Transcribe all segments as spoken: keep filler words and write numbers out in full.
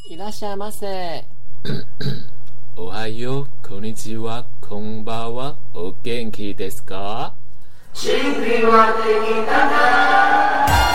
いらっしゃいませ。 おはよう、こんにちは、こんばんは、お元気ですか？ 新品はできたか？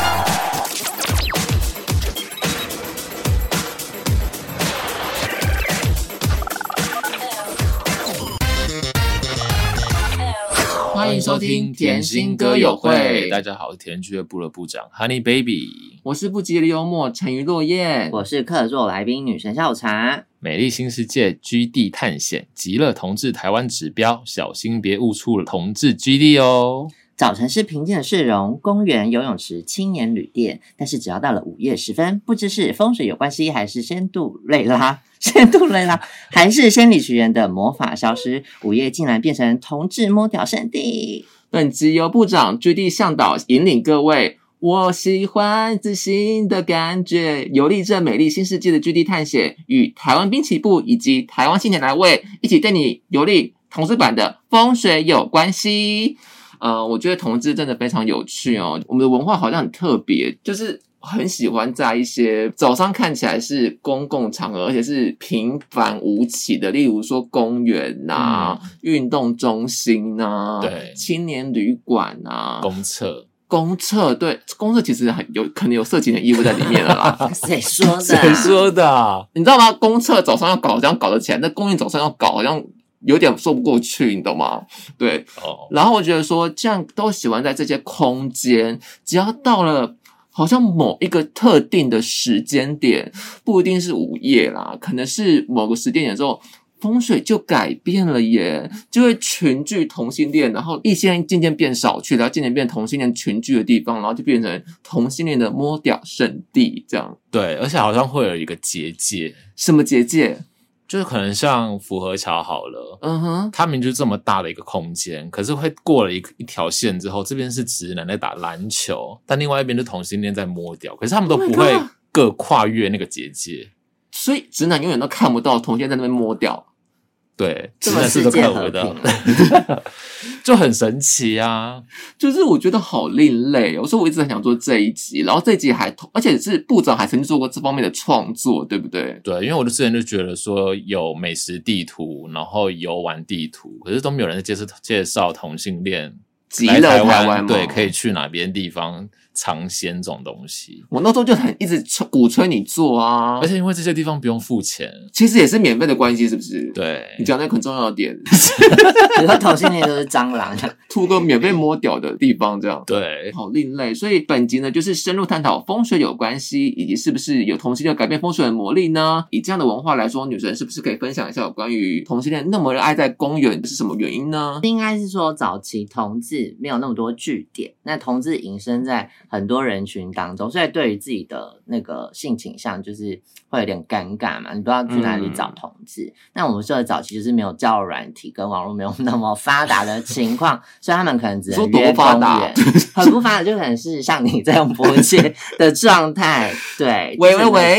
欢迎收听甜心歌友会。 大家好，我是甜俱乐部的部长 Honey Baby， 我是不吉利幽默沉鱼落雁， 我是客座来宾女神下午茶。 美丽新世界居地探险，极乐同志台湾指标，小心别误触同志居地哦。 早晨是平静的市容，公园、游泳池、青年旅店，但是只要到了午夜时分，不知是风水有关系，还是仙杜瑞拉、仙杜瑞拉，还是仙女奇缘的魔法消失，午夜竟然变成同志摸屌圣地。 本集由部长居地向导引领各位，我喜欢自信的感觉，游历这美丽新世界的居地探险，与台湾滨崎步以及台湾青年来位一起带你游历同志版的风水有关系。呃，我觉得同志真的非常有趣哦，我们的文化好像很特别，就是很喜欢在一些早上看起来是公共场合，而且是平凡无奇的，例如说公园啊、嗯、运动中心啊、 对， 青年旅馆啊、 公厕。 公厕，对，公厕其实很有可能有色情的义务在里面了啦。 谁说的？ 谁说的、啊？ 你知道吗？公厕早上要搞，这样搞得起来，那公园早上要搞，好像有点说不过去，你懂吗？对，哦。然后我觉得说，这样都喜欢在这些空间，只要到了好像某一个特定的时间点，不一定是午夜啦，可能是某个时间点之后，风水就改变了耶，就会群聚同性恋，然后异性恋渐渐变少去，然后渐渐变同性恋群聚的地方，然后就变成同性恋的摸屌圣地，这样。 对，而且好像会有一个结界。 什么结界？ 就是可能像福和桥好了， 嗯哼， 它明明就这么大的一个空间，可是会过了一一条线之后，这边是直男在打篮球，但另外一边是同性恋在摸屌，可是他们都不会各跨越那个结界， 所以直男永远都看不到同性恋在那边摸屌。 对，直男是都看不到，就很神奇啊！ 就是我觉得好另类哦，所以我一直很想做这一集，然后这一集还，而且是部长还曾经做过这方面的创作，对不对？ 对，因为我之前就觉得说有美食地图，然后游玩地图，可是都没有人介绍介绍同性恋来台湾， 对，可以去哪边地方尝鲜这种东西。 我那时候就很一直鼓吹你做啊， 而且因为这些地方不用付钱， 其实也是免费的关系，是不是？ 对， 你讲那个很重要的点， 你说同性恋都是蟑螂， 吐个免费摸屌的地方，这样对， 好另类。所以本集呢，就是深入探讨风水有关系，以及是不是有同性恋改变风水的魔力呢？以这样的文化来说，女神是不是可以分享一下有关于同性恋那么热爱在公园是什么原因呢？ 应该是说早期同志没有那么多据点，那同志隐身在很多人群当中，所以对于自己的那个性倾向就是会有点尴尬嘛，你不知道去哪里找同志、嗯、那我们社会早期就是没有交友软体跟网络没有那么发达的情况，所以他们可能只能约公园，很不发达，就可能是像你这样波界的状态。对， 喂喂喂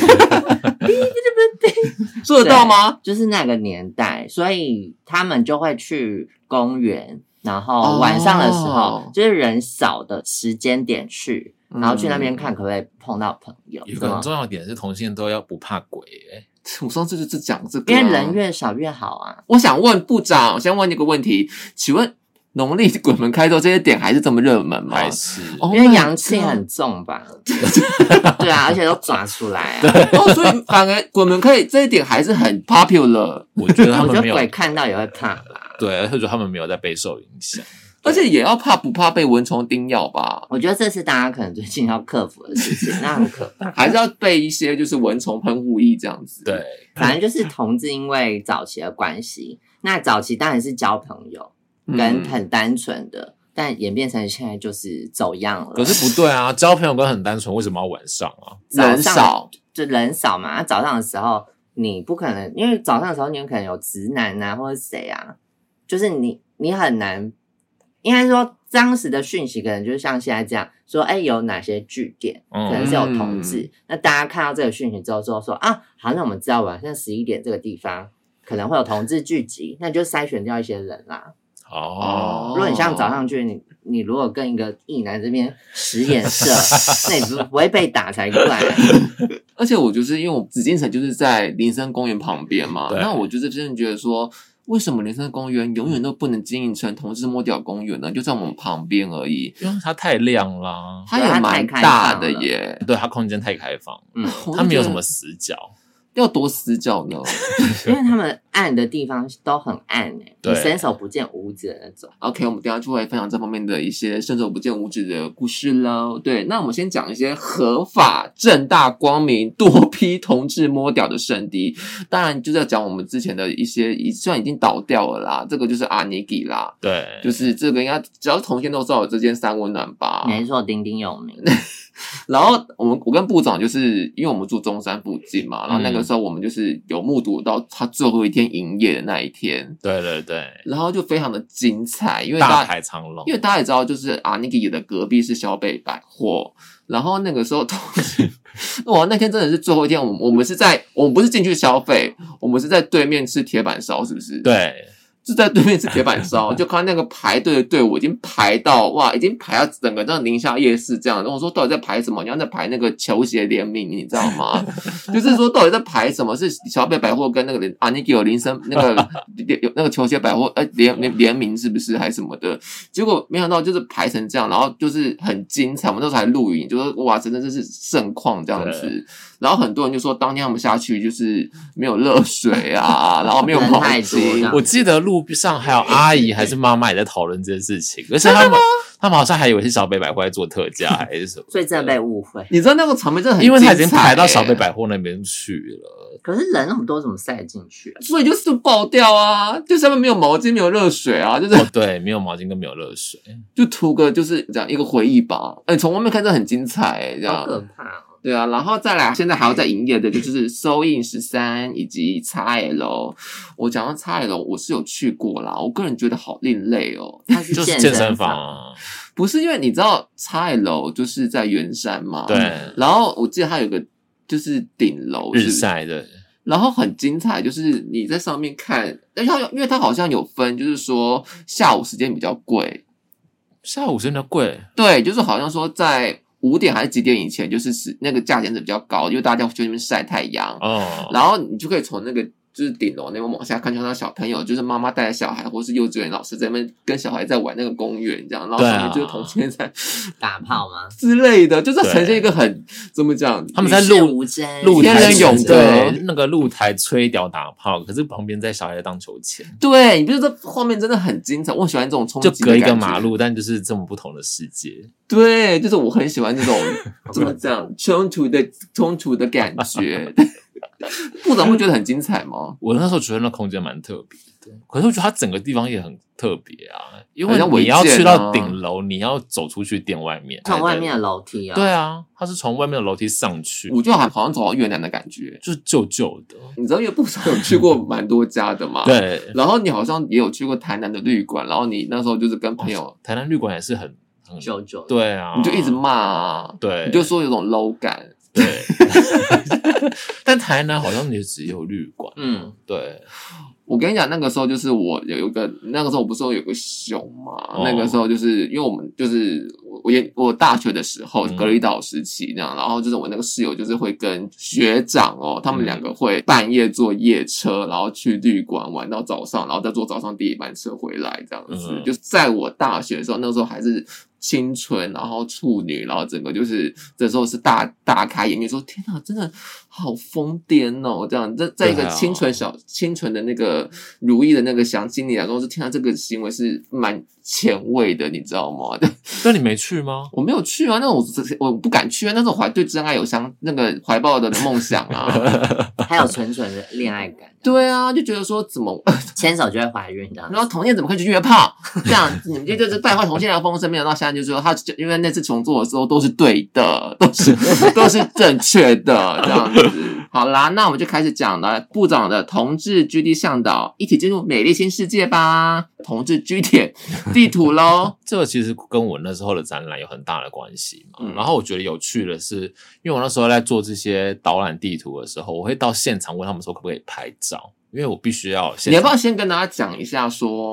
做得到吗？ 就是那个年代，所以他们就会去公园，然后晚上的时候、哦、就是人少的时间点去，然后去那边看可不可以碰到朋友。 有一个很重要的点是同性恋都要不怕鬼耶。 我上次就是讲这个、啊， 因为人越少越好啊。 我想问部长，我先问一个问题，请问农历鬼门开之后这些点还是这么热门吗？ 还是、 oh、因为阳气很重吧？对啊，而且都抓出来啊。 哦，所以反而鬼门开这一点还是很 popular。 我觉得他们没有， 我觉得鬼看到也会怕吧。 对，而且他们没有在备受影响。 而且也要怕不怕被蚊虫叮咬吧？ 我觉得这是大家可能最近要克服的事情，那很可怕。 还是要备一些就是蚊虫喷雾液这样子。 对， 反正就是同志因为早期的关系，那早期当然是交朋友跟很单纯的、嗯，但演变成现在就是走样了。 可是不对啊，交朋友跟很单纯，为什么要晚上啊？ 人少， 就人少嘛。那早上的时候你不可能，因为早上的时候你有可能有直男啊，或者谁啊，就是你你很难。应该说当时的讯息可能就像现在这样说，哎，有哪些据点可能是有同志、嗯、那大家看到这个讯息之后之后说啊，好，那我们知道晚上十一点这个地方可能会有同志聚集，那就筛选掉一些人啦。 哦， 如果你像早上去，你你如果跟一个异男这边使眼色，那你不不会被打才怪。 而且我就是因为我紫禁城就是在林森公园旁边嘛，那我就是真的觉得说，为什么林森公园永远都不能经营成同志摸屌公园呢？就在我们旁边而已， 因为它太亮啦， 它也蛮大的耶， 对，它空间太开放， 嗯， 它没有什么死角。 要多死角呢？ 因为他们暗的地方都很暗诶、欸，你伸手不见五指的那种。 OK， 我们等一下就会分享这方面的一些伸手不见五指的故事喽。对，那我们先讲一些合法、正大光明、多批同志摸屌的圣地。当然，就是要讲我们之前的一些，虽然已经倒掉了啦，这个就是阿尼基啦。 对， 就是这个应该只要是同性都知道有这间三温暖吧？ 没错，鼎鼎有名。 然后我们我跟部长就是因为我们住中山附近嘛，然后那个时候我们就是有目睹到他最后一天营业的那一天， 对对对， 然后就非常的精彩，因为大排长龙， 因为大家也知道，就是啊，那个的隔壁是小北百货，然后那个时候同时，哇，那天真的是最后一天，我们我们是在我们不是进去消费，我们是在对面吃铁板烧，是不是？ 对。 就在对面吃铁板烧，就看那个排队的队伍已经排到哇，已经排到整个这样宁夏夜市这样。然后我说到底在排什么？你要在排那个球鞋联名，你知道吗？就是说到底在排什么？是小北百货跟那个啊，你给我林森那个有那个球鞋百货呃联联联名是不是还是什么的？结果没想到就是排成这样，然后就是很精彩。我们那时候还录影，就说哇，真的是盛况这样子。然后很多人就说，当天他们下去就是没有热水啊，然后没有毛巾。 我记得路上还有阿姨还是妈妈也在讨论这件事情，而且他们他们好像还以为是小北百货在做特价还是什么， 所以真的被误会。 你知道那个场面真的很精彩，因为他已经排到小北百货那边去了。 可是人那么多，怎么塞进去啊？ 所以就是爆掉啊！就上面没有毛巾，没有热水啊，就是哦，对，没有毛巾跟没有热水， 就图个就是这样一个回忆吧。哎，从外面看真的很精彩、欸，这样好可怕哦。 对啊，然后再来，现在还要在营业的，就是收印十三以及 X L。我讲到 X L， 我是有去过啦，我个人觉得好另类哦。 它是就是健身房、啊， 不是因为你知道 X L 就是在圆山嘛， 对。 然后我记得它有个就是顶楼日晒的， 然后很精彩，就是你在上面看，但是因为它好像有分，就是说下午时间比较贵， 下午时间比较贵， 对，就是好像说在。五点还是几点以前，就是是那个价钱是比较高，因为大家去那边晒太阳。哦，然后你就可以从那个就是顶楼那边往下看，就看到小朋友，就是妈妈带着小孩，或是幼稚园老师在那边跟小孩在玩那个公园这样，然后上面就是同性在打炮吗之类的，就是呈现一个很怎么讲， 他们在露露天人永隔那个露台吹屌打炮，可是旁边在小孩在荡秋千。 对，你不是说画面真的很精彩，我喜欢这种冲击的感觉， 就隔一个马路，但就是这么不同的世界。 对，就是我很喜欢这种怎么讲冲突的冲突的感觉。部长会觉得很精彩吗？ 我那时候觉得那空间蛮特别的，可是我觉得它整个地方也很特别啊，因为你要去到顶楼，你要走出去店外面， 从外面的楼梯啊。 对啊，它是从外面的楼梯上去， 我就好像走到越南的感觉， 就是旧旧的。 你知道，因为部长有去过蛮多家的嘛， 对。 然后你好像也有去过台南的旅馆，然后你那时候就是跟朋友， 哦、台南旅馆也是很很旧旧， 对啊， 你就一直骂啊， 对， 你就说有种 low 感。 对，但台南好像也只有旅馆。嗯，对。 我跟你讲，那个时候就是我有一个，那个时候我不是说有个熊嘛、哦？那个时候就是因为我们就是我也我大学的时候，格力岛时期那样，然后就是我那个室友就是会跟学长哦，他们两个会半夜坐夜车，然后去旅馆玩到早上，然后再坐早上第一班车回来这样子。嗯、就是在我大学的时候，那个时候还是。清纯，然后处女，然后整个就是这时候是大大开眼界，说天哪，真的好疯癫哦！这样，在在一个清纯小、啊、清纯的那个如意的那个想心里来说，是天哪，这个行为是蛮前卫的，你知道吗？ 那你没去吗？ 我没有去啊，那我我不敢去啊，那种怀对真爱有相那个怀抱的梦想啊， 还有纯纯的恋爱感。 对啊，就觉得说怎么牵手就会怀孕的， 然后同性怎么可以去约炮？这样你们就就是败坏同性恋风声，没想到现在就说他因为那次重做的时候都是对的，都是都是正确的，这样子。好啦，那我们就开始讲了部长的同志居地向导，一起进入美丽新世界吧。同志居点地图咯。 这个其实跟我那时候的展览有很大的关系嘛、嗯、然后我觉得有趣的是，因为我那时候在做这些导览地图的时候，我会到现场问他们说可不可以拍照，因为我必须要现场。 你要不要先跟大家讲一下说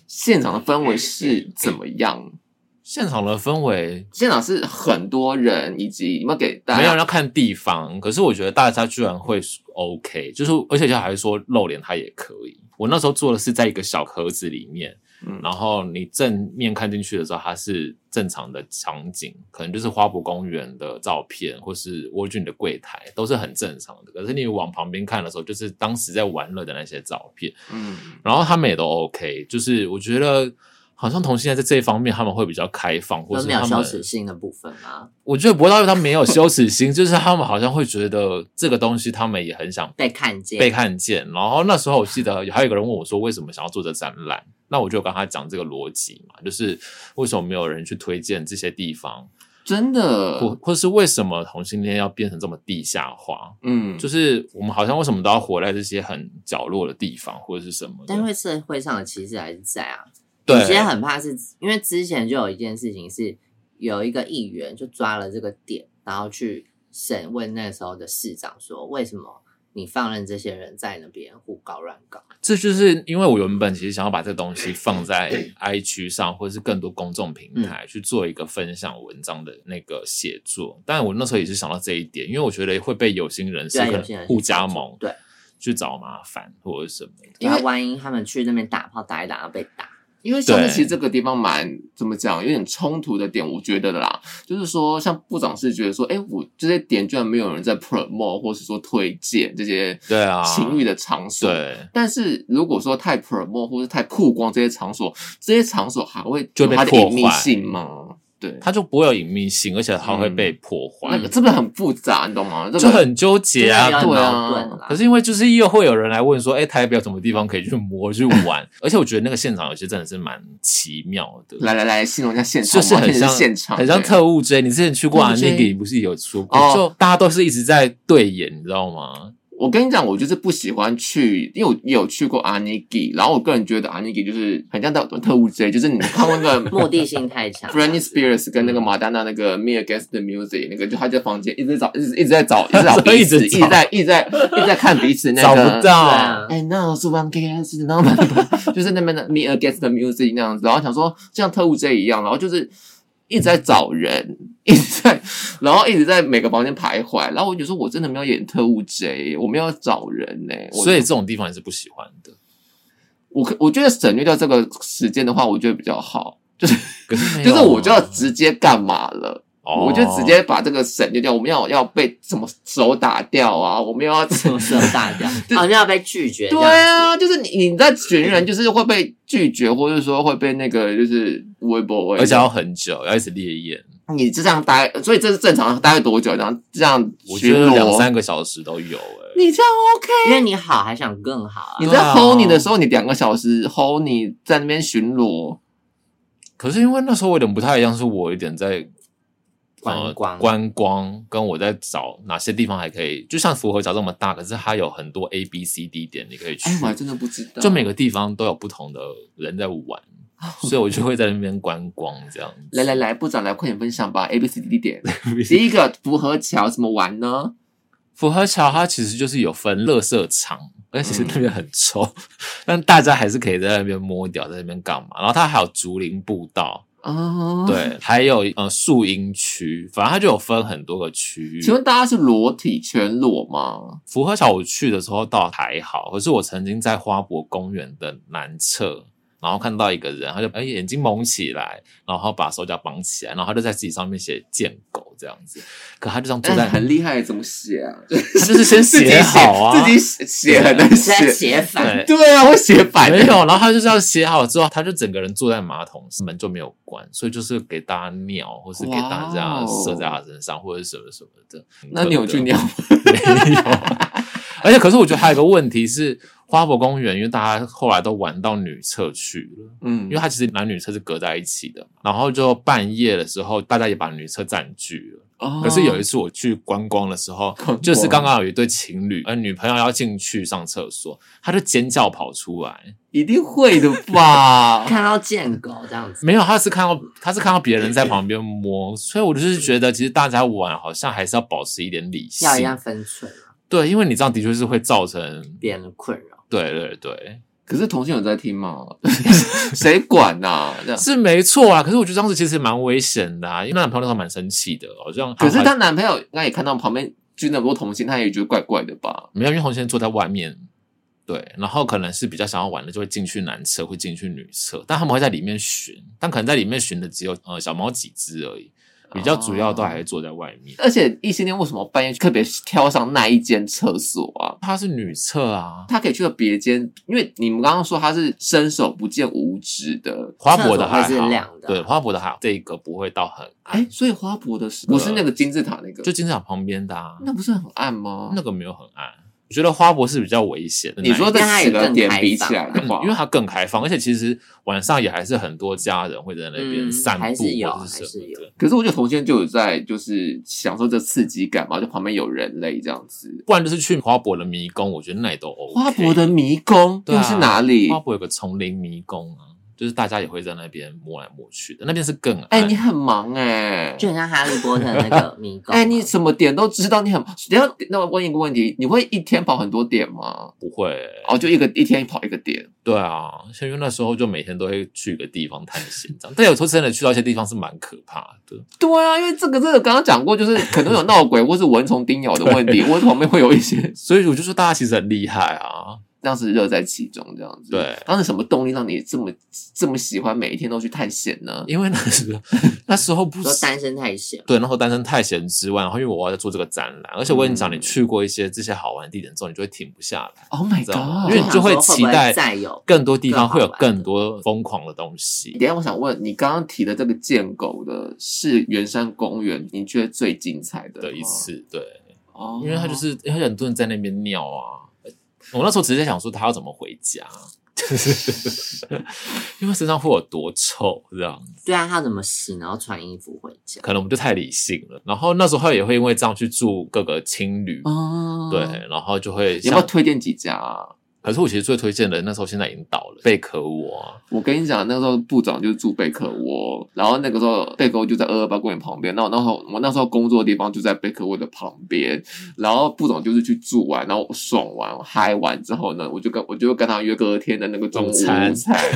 现场的氛围是怎么样？ 现场的氛围， 现场是很多人，以及有没有给大家？ 没有要看地方，可是我觉得大家居然会 OK， 就是而且就还说露脸他也可以。我那时候做的是在一个小盒子里面，嗯，然后你正面看进去的时候，它是正常的场景，可能就是花博公园的照片，或是蜗苣的柜台，都是很正常的。可是你往旁边看的时候，就是当时在玩乐的那些照片，嗯，然后他们也都 OK， 就是我觉得。好像同性恋在这一方面他们会比较开放，或是他们没有羞耻心的部分吗？ 我觉得不会到他们没有羞耻心，就是他们好像会觉得这个东西他们也很想被看见， 被看见。然后那时候我记得还有一个人问我说，为什么想要做这展览？那我就跟他讲这个逻辑嘛，就是为什么没有人去推荐这些地方？ 真的， 或或是为什么同性恋要变成这么地下化？嗯，就是我们好像为什么都要活在这些很角落的地方，或者是什么的？ 但因为社会上的歧视还是在啊。 有些很怕是因为之前就有一件事情是有一个议员就抓了这个点，然后去审问那时候的市长说，为什么你放任这些人在那边胡搞乱搞？ 这就是因为我原本其实想要把这个东西放在 I G 上，或者是更多公众平台、嗯、去做一个分享文章的那个写作，但我那时候也是想到这一点，因为我觉得会被有心人士可能互加盟， 对， 去找麻烦或者什么， 因为万一他们去那边打炮打一打要被打。 因为像是其实这个地方蛮怎么讲，有点冲突的点，我觉得的啦，就是说像部长是觉得说，哎，我这些点居然没有人在 promote 或是说推荐这些对啊情欲的场所， 对。 但是如果说太 promote 或是太曝光这些场所，这些场所还会就被它的隐秘性吗？对， 它就不会有隐秘性，而且它会被破坏。 嗯、那个是不是很复杂？你懂吗？这个、 就很纠结啊， 对啊。可是因为就是又会有人来问说，哎、欸，台北有什么地方可以去摸去玩？而且我觉得那个现场有些真的是蛮奇妙的。 来来来，形容一下现场， 就是很像现场， 很像特务 J。你之前去过啊？那个不是有说过？哦、就大家都是一直在对眼，你知道吗？ 我跟你讲，我就是不喜欢去，因为我也有去过阿尼基，然后我个人觉得阿尼基就是很像特务 J， 就是你看过那个目的性太强 ，Britney Spears 跟那个马丹娜那个 Me Against the Music 那个，就他在房间一直找，一直一直在找，一直找彼此，一直在一直在一直在看彼此那个， 找不到。 哎，那是 One Kiss， 然后就是那边的 Me Against the Music 那样子，然后想说就像特务 J 一样，然后就是一直在找人。一直在，然后一直在每个房间徘徊，然后我就说，我真的没有演特务 J， 我没有找人呢、欸， 所以这种地方你是不喜欢的。 我我觉得省略掉这个时间的话，我觉得比较好，就是可是就是我就要直接干嘛了。 哦、 我就直接把这个省略掉，我们要要被什么手打掉啊？我们要什么手打掉？好像要被拒绝。 对啊，就是你你在选人，就是会被拒绝，或者说会被那个就是微博， 而且要很久，要一直烈焰。 你就这样待，所以这是正常，待多久？这样这样， 我觉得两三个小时都有、欸。 你这样 OK？ 因为你好还想更好啊。 你在 hold 你的时候，你两个小时 hold 你在那边巡逻。 可是因为那时候我有点不太一样，是我有点在。 观光、 呃、观光跟我在找哪些地方还可以，就像福和桥这么大，可是它有很多 A B C D 点你可以去。 哎，我还真的不知道， 就每个地方都有不同的人在玩，所以我就会在那边观光这样子。 来来来，部长来快点分享吧 ，A B C D 点。第一个福和桥怎么玩呢？ 福和桥它其实就是有分垃圾场，而且其实那边很臭，嗯、但大家还是可以在那边摸屌，在那边干嘛？然后它还有竹林步道。 哦， 对，还有呃树荫区，反正它就有分很多个区域。 请问大家是裸体全裸吗？ 福和桥我去的时候倒还好，可是我曾经在花博公园的南侧，然后看到一个人，他就哎眼睛蒙起来，然后把手脚绑起来，然后他就在自己上面写贱狗这样子。可他就这样坐在、 欸、很厉害，怎么写啊？ 他就是先写好啊， 自己写很难写， 写反。 对啊，会写反。 没有，然后他就是要写好之后，他就整个人坐在马桶，门就没有关，所以就是给大家尿，或是给大家射在他身上，或者什么什么的。 那你有去尿吗？ 没有。而且，可是我觉得还有一个问题是，花博公园，因为大家后来都玩到女厕去了，嗯，因为它其实男女厕是隔在一起的，然后就半夜的时候，大家也把女厕占据了。哦、可是有一次我去观光的时候，就是刚刚有一对情侣，呃，女朋友要进去上厕所，他就尖叫跑出来， 一定会的吧？ 看到贱狗这样子， 没有，他是看到他是看到别人在旁边摸，所以我就是觉得，其实大家玩好像还是要保持一点理性， 要一样分寸。 对，因为你这样的确是会造成别人的困扰。 对对对， 可是同性有在听吗？谁管啊？ 是没错啊，可是我觉得当时其实蛮危险的啊，因为那男朋友那时候蛮生气的，好像。 可是她男朋友应该也看到旁边就那么多同性，他也觉得怪怪的吧？ 没有，因为同性坐在外面。对，然后可能是比较想要玩的，就会进去男厕，会进去女厕，但他们会在里面巡，但可能在里面巡的只有呃小猫几只而已，比较主要都还是坐在外面。 而且异性恋为什么半夜特别挑上那一间厕所啊？ 它是女厕啊， 他可以去到别间，因为你们刚刚说他是伸手不见五指的， 花博的还好， 是亮的， 对，花博的还好，这个不会到很暗。 哎，所以花博的是不是那个金字塔那个？ 就金字塔旁边的啊， 那不是很暗吗？ 那个没有很暗。我觉得花博是比较危险的。 你说这四个点比起来的话， 嗯，因为它更开放，而且其实晚上也还是很多家人会在那边散步或者是什么的。 可是我觉得同性就有在就是享受这刺激感嘛，就旁边有人类这样子。 不然就是去花博的迷宫，我觉得那也都 OK。 花博的迷宫又是哪里？ 花博有个丛林迷宫啊。就是大家也会在那边摸来摸去的，那边是更暗。 哎、欸，你很忙哎、欸， 就很像哈利波特那个迷宫。 哎、欸，你什么点都知道，你很。等下，那我问一个问题，你会一天跑很多点吗？ 不会、欸， 哦，就一个一天跑一个点。 对啊，因为那时候就每天都会去一个地方探险，这样。但有时候真的去到一些地方是蛮可怕的。 对啊，因为这个这个刚刚讲过，就是可能有闹鬼或是蚊虫叮咬的问题，或者旁边会有一些， 所以我就说大家其实很厉害啊。 当时乐在其中，这样子。 对， 当时什么动力让你这么这么喜欢每一天都去探险呢？ 因为那时候那时候不是单身太闲， 对，那时候单身太闲之外，然后因为我要在做这个展览，而且我跟你讲，你去过一些这些好玩的地点之后，你就会停不下来。 Oh my god！ 因为你就会期待再有更多地方会有更多疯狂的东西。 等一下，我想问你，刚刚提的这个建狗的是圆山公园，你觉得最精彩的的一次？对， 哦， 因为他就是因为很多人在那边尿啊。我那时候只是在想说他要怎么回家，就是因为身上会有多臭这样子。 对啊，他怎么洗，然后穿衣服回家？ 可能我们就太理性了。然后那时候也会因为这样去住各个青旅，哦、对，然后就会有没有推荐几家啊？ 可是我其实最推荐的那时候现在已经倒了贝壳窝、啊。 我跟你讲，那个时候部长就是住贝壳窝，然后那个时候贝壳窝就在二二八公园旁边。那我那时候我那时候工作的地方就在贝壳窝的旁边，然后部长就是去住完，然后爽完嗨完之后呢，我就跟我就跟他约隔天的那个中午午餐，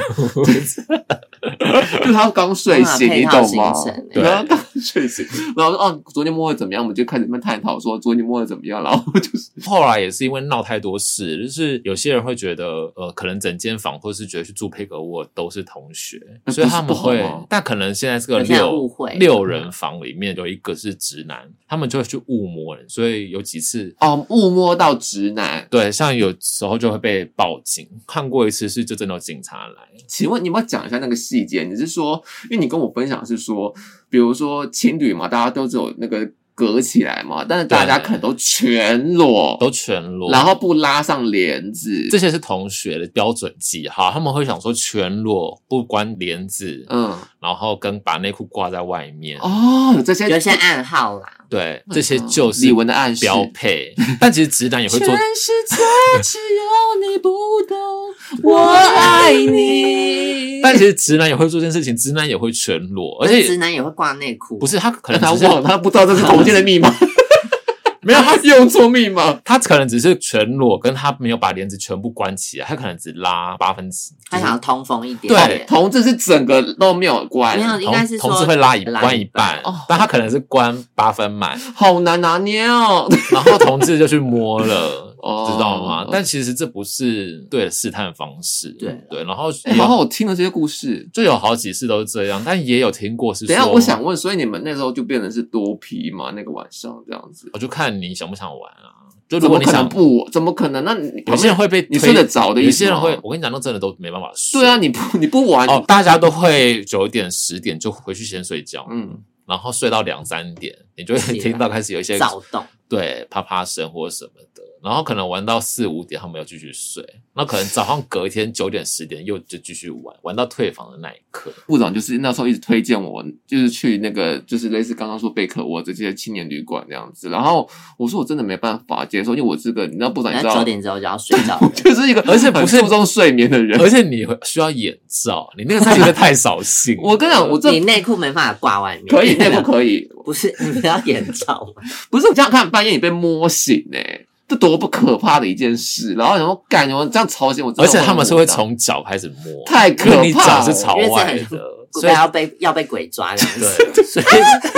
就是他刚睡醒，你懂吗？ 对， 他刚睡醒，然后说哦，昨天摸的怎么样？我们就开始慢慢探讨说昨天摸的怎么样，然后就是后来也是因为闹太多事，就是有些人会觉得呃，可能整间房或是觉得去住配格窝都是同学，所以他们会，但可能现在这个六六人房里面有一个是直男，他们就会去误摸人，所以有几次哦误摸到直男， 对，像有时候就会被报警。看过一次是就真的有警察来。 请问你要不要讲一下那个细节？你是说，因为你跟我分享是说，比如说情侣嘛，大家都只有那个隔起来嘛，但是大家可能都全裸， 都全裸， 然后不拉上帘子， 这些是同学的标准记号，他们会想说全裸不关帘子， 嗯， 然后跟把内裤挂在外面。 哦，有这些有些暗号啦， 对，这些就是李玟的暗示标配。但其实直男也会做， 全世界只有你不懂，我爱你。 但其实直男也会做这件事情，直男也会全裸，而且直男也会挂内裤。 不是他可能他忘了，他不知道这是同性的密码。 没有，他用错密码， 他可能只是全裸，跟他没有把帘子全部关起来，他可能只拉八分之， 他想要通风一点。 对， 同志是整个都没有关， 没有，应该是同志会拉一关一半， 哦、 但他可能是关八分满， 好难拿捏哦。 然后同志就去摸了。 哦、 知道吗？但其实这不是对的试探方式， 对对。然后欸、好好听了这些故事， 就有好几次都是这样，但也有听过是说。 等一下，我想问，所以你们那时候就变成是多批嘛？那个晚上这样子， 我就看你想不想玩啊。就如果你想不，怎么可能？那你有些人会被你睡得着的意思， 有些人会，我跟你讲，那真的都没办法睡。 对啊，你不你不玩哦，大家都会九点十点就回去先睡觉， 嗯， 然后睡到两三点，你就会听到开始有一些躁动， 对，啪啪声或者什么的。然后可能玩到四五点，他们要继续睡。那可能早上隔一天九点十点又就继续玩，玩到退房的那一刻。 部长就是那时候一直推荐我，就是去那个就是类似刚刚说贝壳窝这些青年旅馆这样子。然后我说我真的没办法接受，因为我是个你知道部长，你知道九点之后就要睡觉， 就是一个而且不是注重睡眠的人， 而且你需要眼罩，你那个真的太扫兴。 我跟你讲，我这你内裤没办法挂外面， 可以内裤可以， 不是你不要眼罩吗？ 不是我这样看半夜你被摸醒哎、欸。 这多不可怕的一件事。然后然后感觉这样吵醒我， 而且他们是会从脚开始摸， 太可怕了， 因为你脚是朝外的， 所以要被要被鬼抓这样子。 对，所以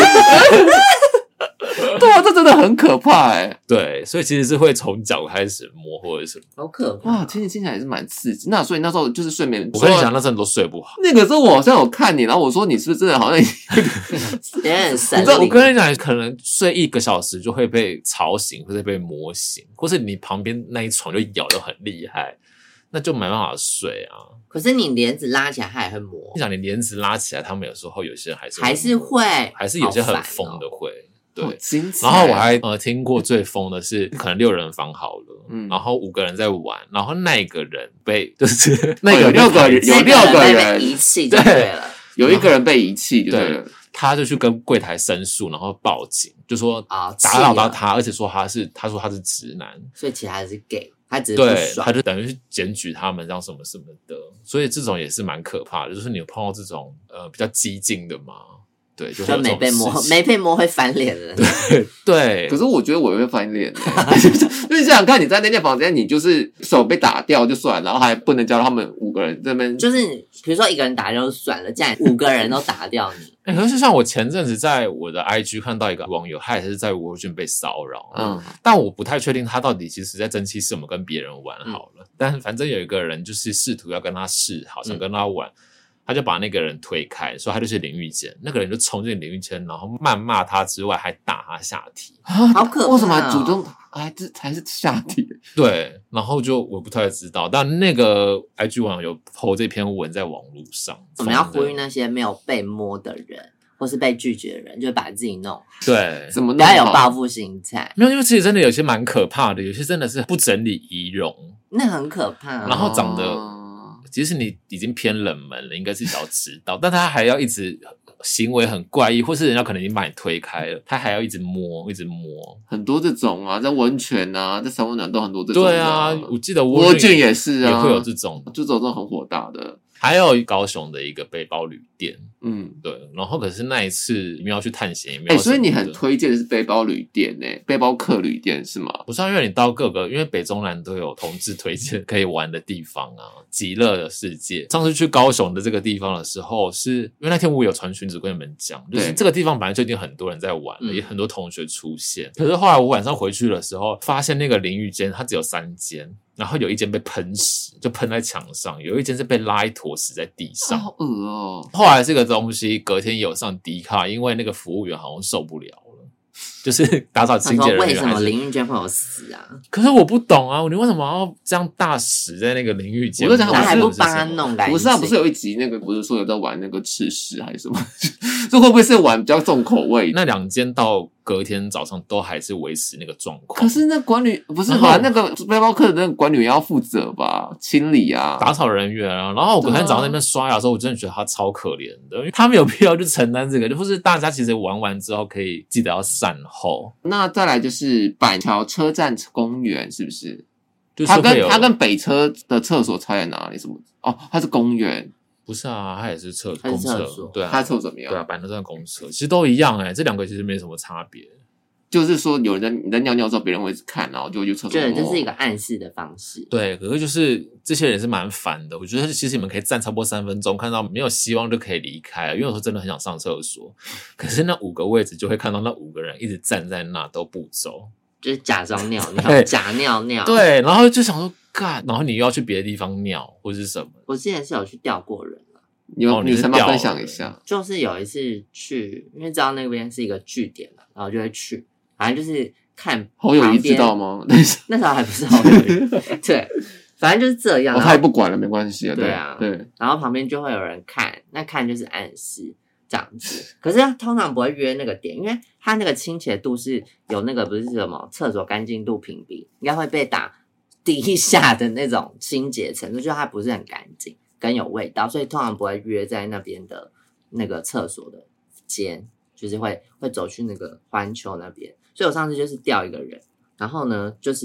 对啊，这真的很可怕哎、欸。 对，所以其实是会从脚开始摸或者什么， 好可怕哇！听起听起来也是蛮刺激。那所以那时候就是睡眠， 我跟你讲，那真的都睡不好。 那个时候我好像有看你，然后我说你是不是真的好像有点神。 我跟你讲，可能睡一个小时就会被吵醒，或者被摸醒，或是你旁边那一床就咬得很厉害，那就没办法睡啊。 可是你帘子拉起来，它也会磨。 你想，你帘子拉起来，他们有时候有些人还是还是会， 还是有些很疯的会。对，然后我还呃听过最疯的是，可能六人房好了，嗯，然后五个人在玩，然后那个人被就是那个六个人有六个人被遗弃就对了， 有一个人被遗弃就对了， 他就去跟柜台申诉，然后报警，就说啊打扰到他，而且说他是他说他是直男， 所以其实他是 gay。他只是不对， 爽， 他就等于是检举他们，这样什么什么的，所以这种也是蛮可怕的。就是你有碰到这种呃比较激进的嘛，对，就, 就没被摸，没被摸会翻脸的。 对对。 可是我觉得我也会翻脸，因为想想看，你在那间房间，你就是手被打掉就算，然后还不能叫他们五个人这边， 就是比如说一个人打掉就算了，这样五个人都打掉你。 哎、欸，可是像我前阵子在我的 I G 看到一个网友，他也是在微信被骚扰，嗯，但我不太确定他到底其实在蒸汽室有没有跟别人玩好了，嗯、但反正有一个人就是试图要跟他示好，想跟他玩，嗯、他就把那个人推开，说他就是淋浴间，那个人就冲进淋浴间，然后谩骂他之外，还打他下体， 好可怕、哦！ 为什么主动？哎，这才是下体。 对，然后就我不太知道，但那个 I G 网友 po 这篇文在网络上， 我们要呼吁那些没有被摸的人，或是被拒绝的人，就把自己弄好。 对， 怎么不要有报复心态？ 没有，因为其实真的有些蛮可怕的，有些真的是不整理仪容， 那很可怕、啊。 然后长得，哦、即使你已经偏冷门了，应该至少知道，但他还要一直。行为很怪异，或是人家可能已经把你推开了，他还要一直摸，一直摸， 很多这种啊，在温泉啊，在三温暖都很多这种、啊。 对啊，我记得蜗苣也是啊， 也会有这种， 就这种很火大的。 还有高雄的一个背包旅店， 嗯， 对，然后可是那一次你们要去探险，也没有。哎、 欸， 所以你很推荐的是背包旅店呢、欸，背包客旅店是吗？ 不是、啊，因为你到各个，因为北中南都有同志推荐可以玩的地方啊，极乐的世界。上次去高雄的这个地方的时候，是因为那天我有传群组跟你们讲，就是这个地方本来就已经很多人在玩了，也很多同学出现。可是后来我晚上回去的时候，发现那个淋浴间它只有三间。然后有一间被喷死，就喷在墙上；有一间是被拉一坨死在地上， 好恶哦。 后来这个东西隔天有上 D 卡，因为那个服务员好像受不了了，就是打扫清洁人员。 为什么淋浴间会有死啊？ 可是我不懂啊，你为什么要这样大屎在那个淋浴间？ 我就想， 还不帮他弄干净？ 不是啊，不是有一集那个不是说有在玩那个赤屎还是什么？这会不会是玩比较重口味？ 那两间到隔天早上都还是维持那个状况。 可是那管理不是吧？那个背包客的那个管理员要负责吧，清理啊， 打扫人员啊。然后我隔天早上在那边刷牙的时候，我真的觉得他超可怜的，因为他没有必要去承担这个，就是大家其实玩完之后可以记得要善后。 那再来就是板桥车站公园，是不是？ 就是它跟它跟北车的厕所差在哪里？什么？哦，它是公园。 不是啊，它也是厕公厕，对啊， 它厕所怎么样？ 对啊，板桥站公厕其实都一样哎、欸，这两个其实没什么差别。 就是说，有人在你在尿尿的时候，别人会一直看，然后就会去厕所。 对，这是一个暗示的方式。 对，可是就是这些人是蛮烦的。我觉得其实你们可以站差不多三分钟，看到没有希望就可以离开了，因为有时候真的很想上厕所。可是那五个位置就会看到那五个人一直站在那都不走， 就是假装尿尿，假尿尿。 对，然后就想说干，然后你又要去别的地方尿或是什么。 我之前是有去钓过人。 有女生吗？分享一下， 就是有一次去，因为知道那边是一个据点嘛，然后就会去，反正就是看侯友宜知道吗？ 那时候还不是侯友宜，对，反正就是这样。 哦、他也不管了，没关系啊。 对啊， 对。 然后旁边就会有人看，那看就是暗示这样子。可是通常不会约那个点，因为他那个清洁度是有那个不是什么厕所干净度评比，应该会被打低下的那种清洁程度，就它不是很干净。跟有味道，所以通常不会约在那边的那个厕所的间，就是会会走去那个环球那边。所以我上次就是钓一个人，然后呢，就是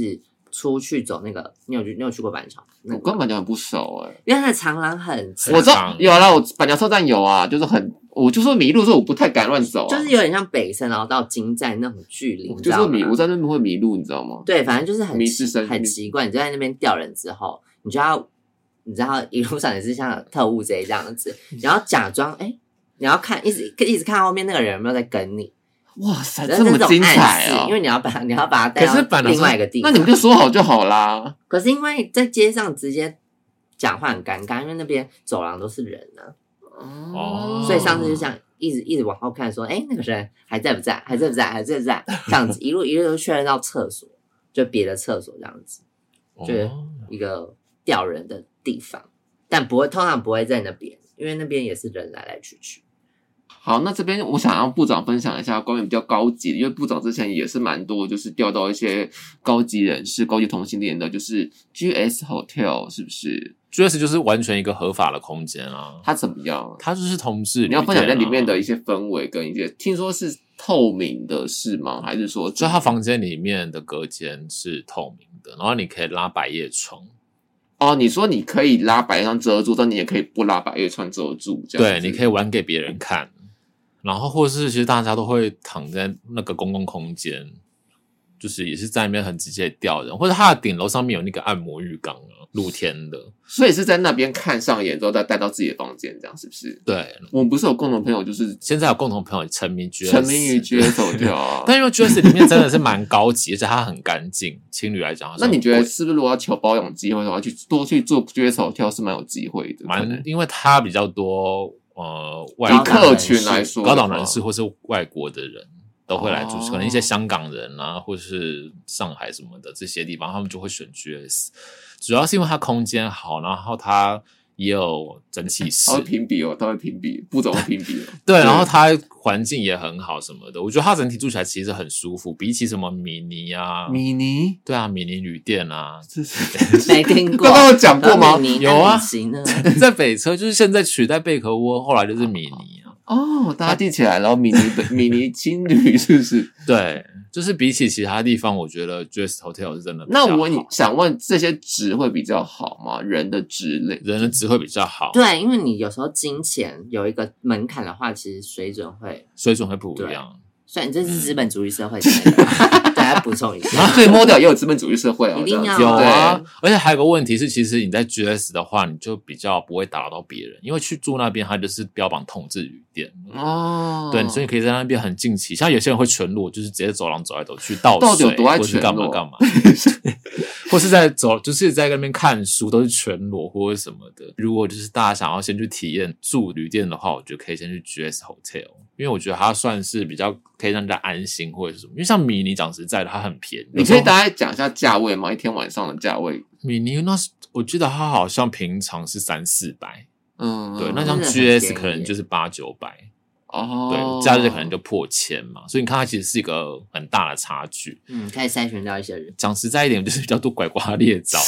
出去走那个，你有你有去过板桥？那我跟板桥很不熟哎、欸， 因为它的长廊很长， 我知道有啦，我板桥车站有啊，就是很，我就说迷路，所以我不太敢乱走、啊， 就是有点像北森，然后到金站那种距离， 我就是迷，我在那边会迷路，你知道吗？ 对，反正就是很迷失身很奇怪，你就在那边吊人之后，你就要，你知道一路上也是像特务贼这样子，然后假装哎、欸，你要看一直一直看后面那个人有没有在跟你。 哇塞，这么精彩哦！ 因为你要把你要把它带到另外一个地方， 那你们就说好就好啦。 可是因为在街上直接讲话很尴尬，因为那边走廊都是人呢、啊， 哦， 所以上次就这样一直一直往后看，说，哎，那个人还在不在？还在不在？还在不在？这样子一路一路都确认到厕所，就别的厕所这样子，就是一个吊人的地方，但不会通常不会在那边，因为那边也是人来来去去。 好，那这边我想让部长分享一下关于比较高级的，因为部长之前也是蛮多，就是调到一些高级人士、高级同性恋的，就是 G S Hotel 是不是 ？G S 就是完全一个合法的空间啊。 它怎么样？ 它就是同志、啊， 你要分享在里面的一些氛围跟一些，听说是透明的是吗？还是说， 就它房间里面的隔间是透明的，然后你可以拉百叶窗。 哦，你说你可以拉百叶窗遮住，但你也可以不拉百叶窗遮住，这样子。 对，你可以玩给别人看。然后或是其实大家都会躺在那个公共空间，就是也是在那边很直接吊人，或者它的顶楼上面有那个按摩浴缸啊，露天的， 所以是在那边看上眼之后再带到自己的房间，这样是不是？ 对， 我们不是有共同朋友，就是现在有共同朋友沉迷 G S， 沉迷于 G S Hotel 啊。 但因为 G S 里面真的是蛮高级，而且它很干净，情侣来讲， 那你觉得是不是如果要求保养机会的话，去多去做 G S Hotel 是蛮有机会的？ 蛮，因为它比较多。呃，外客群来说， 高档人士或是外国的人都会来住， 哦、 可能一些香港人啊，或是上海什么的这些地方，他们就会选 G S。主要是因为它空间好，然后它也有蒸汽室， 它会评比哦，它会评比，部长会评比哦。 对，然后它环境也很好什么的，我觉得它整体住起来其实很舒服，比起什么米妮啊， 米妮， 对啊，米妮旅店啊， 没听过， 刚刚有讲过吗？ 有啊， 在北车就是现在取代贝壳窝，后来就是米妮啊。 哦，大家记起来，然后米妮米妮青旅是不是？ 对，就是比起其他地方，我觉得 G S Hotel 是真的比较好。 那我你想问，这些值会比较好吗？人的值类， 人的值会比较好。 对，因为你有时候金钱有一个门槛的话，其实水准会水准会不一样。 虽然这是资本主义社会的那个，大家补充一下。 所以 model 也有资本主义社会啊， 一定要有啊。而且还有个问题是，其实你在 G S 的话，你就比较不会打扰到别人，因为去住那边，它就是标榜同志旅店哦。 对，所以你可以在那边很近期。像有些人会全裸，就是直接走廊走来走去倒水， 到底有多爱全裸？ 或是干嘛干嘛，或是在走，就是在那边看书，都是全裸或者什么的。如果就是大家想要先去体验住旅店的话，我觉得可以先去 G S Hotel。因为我觉得它算是比较可以让人家安心或者是什么，因为像米妮讲实在的，它很便宜。 你可以大概讲一下价位吗？一天晚上的价位？ 米妮那我记得它好像平常是三四百， 嗯， 对，那像 G S 可能就是八九百。 哦， 对，假日可能就破千嘛，所以你看它其实是一个很大的差距。 嗯，可以筛选到一些人。 讲实在一点，就是比较多拐瓜裂枣。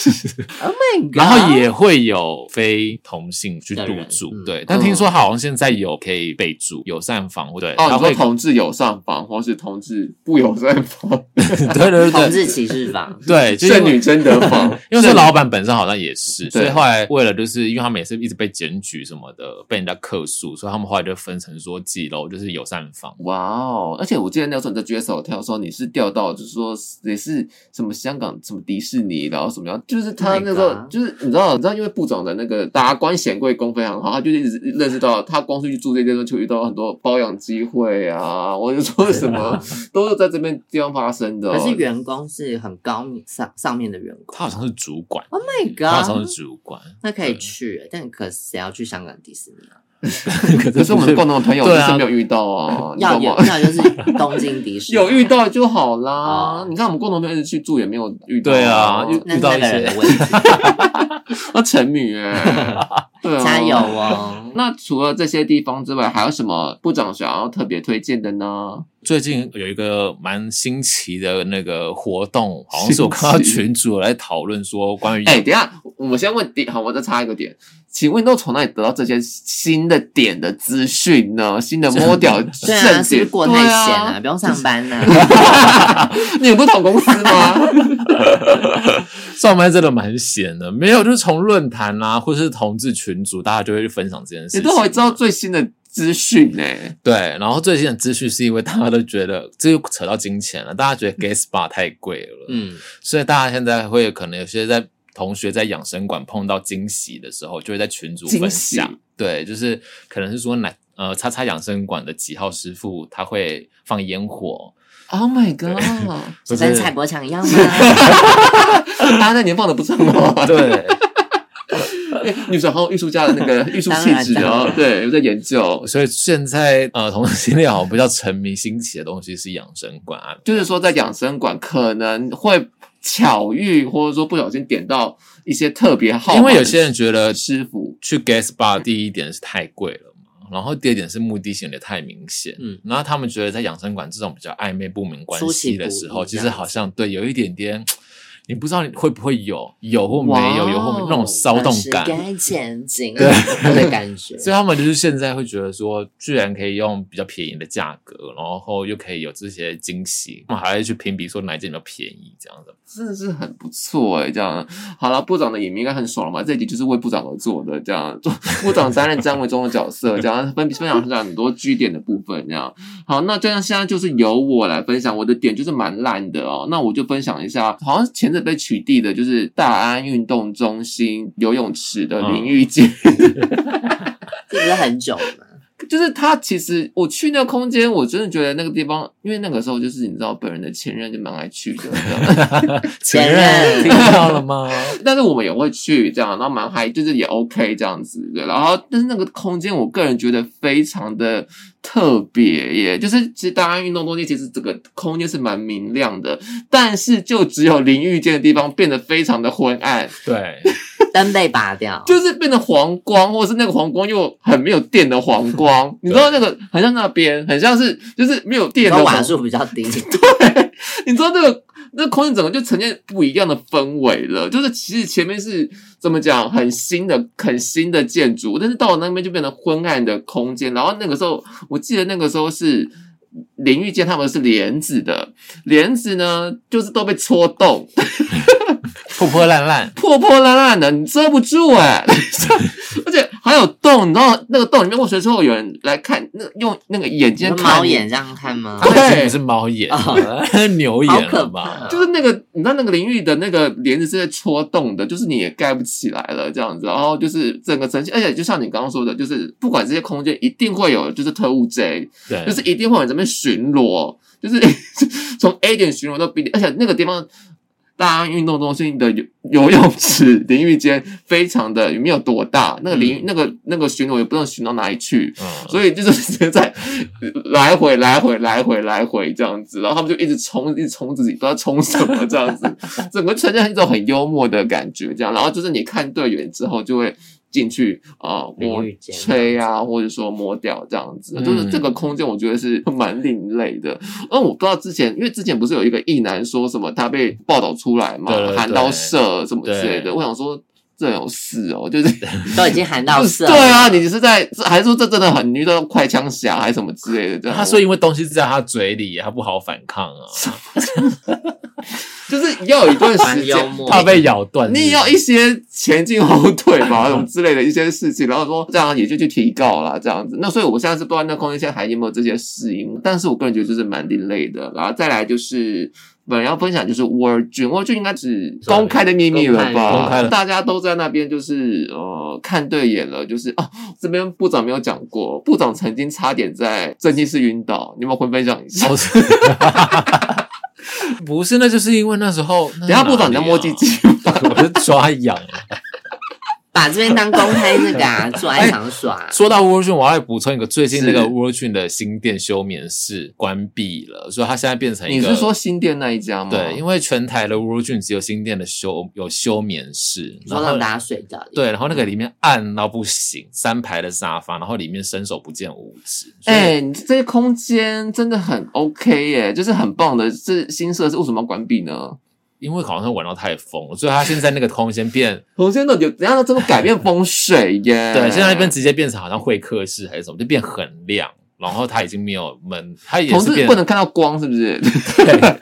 Oh my god！ 然后也会有非同性去入住，嗯、对。但听说好像现在有可以备注友善房，对。 哦，你说同志友善房，或是同志不友善房？ 对对对， 同志歧视房， 对， 剩女贞德房。 因为说老板本身好像也是，所以后来为了就是因为他们也是一直被检举什么的，被人家客诉，所以他们后来就分成说几楼就是友善房。 哇哦！而且我记得那时候你在 G S Hotel 的时候，你是调到就是说也是什么香港什么迪士尼，然后什么样，就是他那个、oh、就是你知道你知道，因为部长的那个达官显贵宫非常好，他就一直认识到他光是去住这边就遇到很多包养机会啊，我就说什么都是在这边地方发生的、哦。 可是员工是很高上上面的员工， 他好像是主管。 Oh my god！ 他好像是主管， 那可以去，但可是谁要去香港迪士尼啊？ 可是我们共同的朋友就是没有遇到啊， 要有要就是东京迪士尼有遇到就好啦。哦、你看我们共同朋友一直去住也没有遇到、啊， 对啊，遇到一些人的问题。 要沉迷哎，对啊， 加油哦！ 那除了这些地方之外，还有什么部长想要特别推荐的呢？ 最近有一个蛮新奇的那个活动，好像是我看到群主来讨论说关于…… 哎、欸，等一下，我们先问点，好，我再插一个点，请问都从哪里得到这些新的点的资讯呢？新的摸屌正对啊，是不是过太闲了、啊，不用上班了、 啊？你有不同公司吗？ 上班真的蛮闲的，没有就是从论坛啊，或是同志群组，大家就会去分享这件事情。 你都会知道最新的资讯呢。 对，然后最新的资讯是因为大家都觉得这就扯到金钱了，大家觉得 gay spa 太贵了，嗯，所以大家现在会可能有些在同学在养生馆碰到惊喜的时候，就会在群组分享。对，就是可能是说哪呃叉叉养生馆的几号师傅他会放烟火。 Oh my god！ 是跟蔡国强一样吗？ 他那年放的不错哦。 对， 女生好像艺术家的那个艺术气质哦，对，有在研究。 所以现在呃，同性恋好像比较沉迷兴起的东西是养生馆， 就是说在养生馆可能会巧遇，或者说不小心点到一些特别好， 因为有些人觉得师傅去 gay spa 第一点是太贵了。然后第二点是目的性有点太明显，嗯，然后他们觉得在养生馆这种比较暧昧不明关系的时候，其实好像对有一点点，你不知道你会不会有，有或没有，有或没有那种骚动感， 该前进的感觉。 所以他们就是现在会觉得说，居然可以用比较便宜的价格，然后又可以有这些惊喜，他们还会去评比说哪一件比较便宜，这样的， 真的是很不错诶、欸。这样好了，部长的影迷应该很爽了吧？这一集就是为部长而做的，这样部长担任张维忠的角色，这样分分享很多据点的部分，这样好。那这样现在就是由我来分享，我的点就是蛮烂的哦。那我就分享一下，好像前阵被取缔的就是大安运动中心游泳池的淋浴间， 嗯、这不是很久了吗？ 就是他其实我去那个空间，我真的觉得那个地方，因为那个时候就是你知道本人的前任就蛮爱去的， 前任听到了吗？ 但是我们也会去这样，然后蛮嗨，就是也 OK 这样子对。然后但是那个空间，我个人觉得非常的特别耶，就是其实大安运动中心其实这个空间是蛮明亮的，但是就只有淋浴间的地方变得非常的昏暗， 对。 灯被拔掉， 就是变成黄光，或者是那个黄光又很没有电的黄光，你知道那个很像那边，很像是就是没有电的瓦数比较低。 对，你知道这个那个空间整个就呈现不一样的氛围了。就是其实前面是怎么讲，很新的、很新的建筑，但是到了那边就变成昏暗的空间。然后那个时候，我记得那个时候是淋浴间，他们是帘子的，帘子呢就是都被戳洞。 破破烂烂， 破破烂烂的，你遮不住哎、欸！而且还有洞，你知道那个洞里面过去之后，有人来看，那用那个眼睛看猫眼这样看吗？ 对，不是猫眼，哦、牛眼了吧？ 就是那个，你知道那个淋浴的那个帘子是在戳洞的，就是你也盖不起来了这样子。然后就是整个呈现，而且就像你刚刚说的，就是不管这些空间，一定会有就是特务 J， 对，就是一定会有人在那边巡逻，就是从 A 点巡逻到 B 点，而且那个地方。大安运动中心的游泳池淋浴间非常的没有多大，那个淋、嗯、那个那个巡逻也不知道巡到哪里去、嗯，所以就是直接在来回来回来回来回这样子，然后他们就一直冲一直冲自己，不知道冲什么这样子，整个呈现一种很幽默的感觉，这样，然后就是你看对眼之后就会。进去啊、呃，摸吹啊，或者说摸掉这样子，嗯、就是这个空间，我觉得是蛮另类的。而我不知道之前，因为之前不是有一个异男说什么他被报道出来嘛，含到射什么之类的，我想说这有事哦，就是都已经含到射， 对啊，你是在还是说这真的很，你遇到快枪侠还是什么之类的这样？ 他说因为东西是在他嘴里，他不好反抗啊。 就是要有一段时间， 怕被咬断， 你也要一些前进后退吧，什么之类的一些事情，然后说这样也就去提告啦，这样子。那所以我现在是不知道那空间现在还有没有这些适应，但是我个人觉得就是蛮另类的。然后再来就是本人要分享就是 World Dream，World Dream 应该是公开的秘密了吧？ 公开了， 大家都在那边就是呃看对眼了，就是哦这边部长没有讲过，部长曾经差点在正气室晕倒，你有没有分享一下？ 不是，那就是因为那时候， 等一下部长你在摸鸡鸡， 我是抓痒。 把这边当公开这个啊，抓一场耍。 欸、说到 World Dream， 我要来补充一个，最近那个 World Dream 的新店休眠室关闭了，所以它现在变成一个。 你是说新店那一家吗？ 对，因为全台的 World Dream 只有新店的休有休眠室， 然后让大家睡觉。 对，然后那个里面暗到不行，三排的沙发，然后里面伸手不见五指。 哎、欸，你这些空间真的很 OK 耶，就是很棒的。这新设施为什么要关闭呢？ 因为好像玩到太疯了，所以他现在那个空间变空间都有，等一下怎么改变风水耶？ 对，现在那边直接变成好像会客室还是什么，就变很亮，然后它已经没有门，它也是同志不能看到光，是不是？ 对，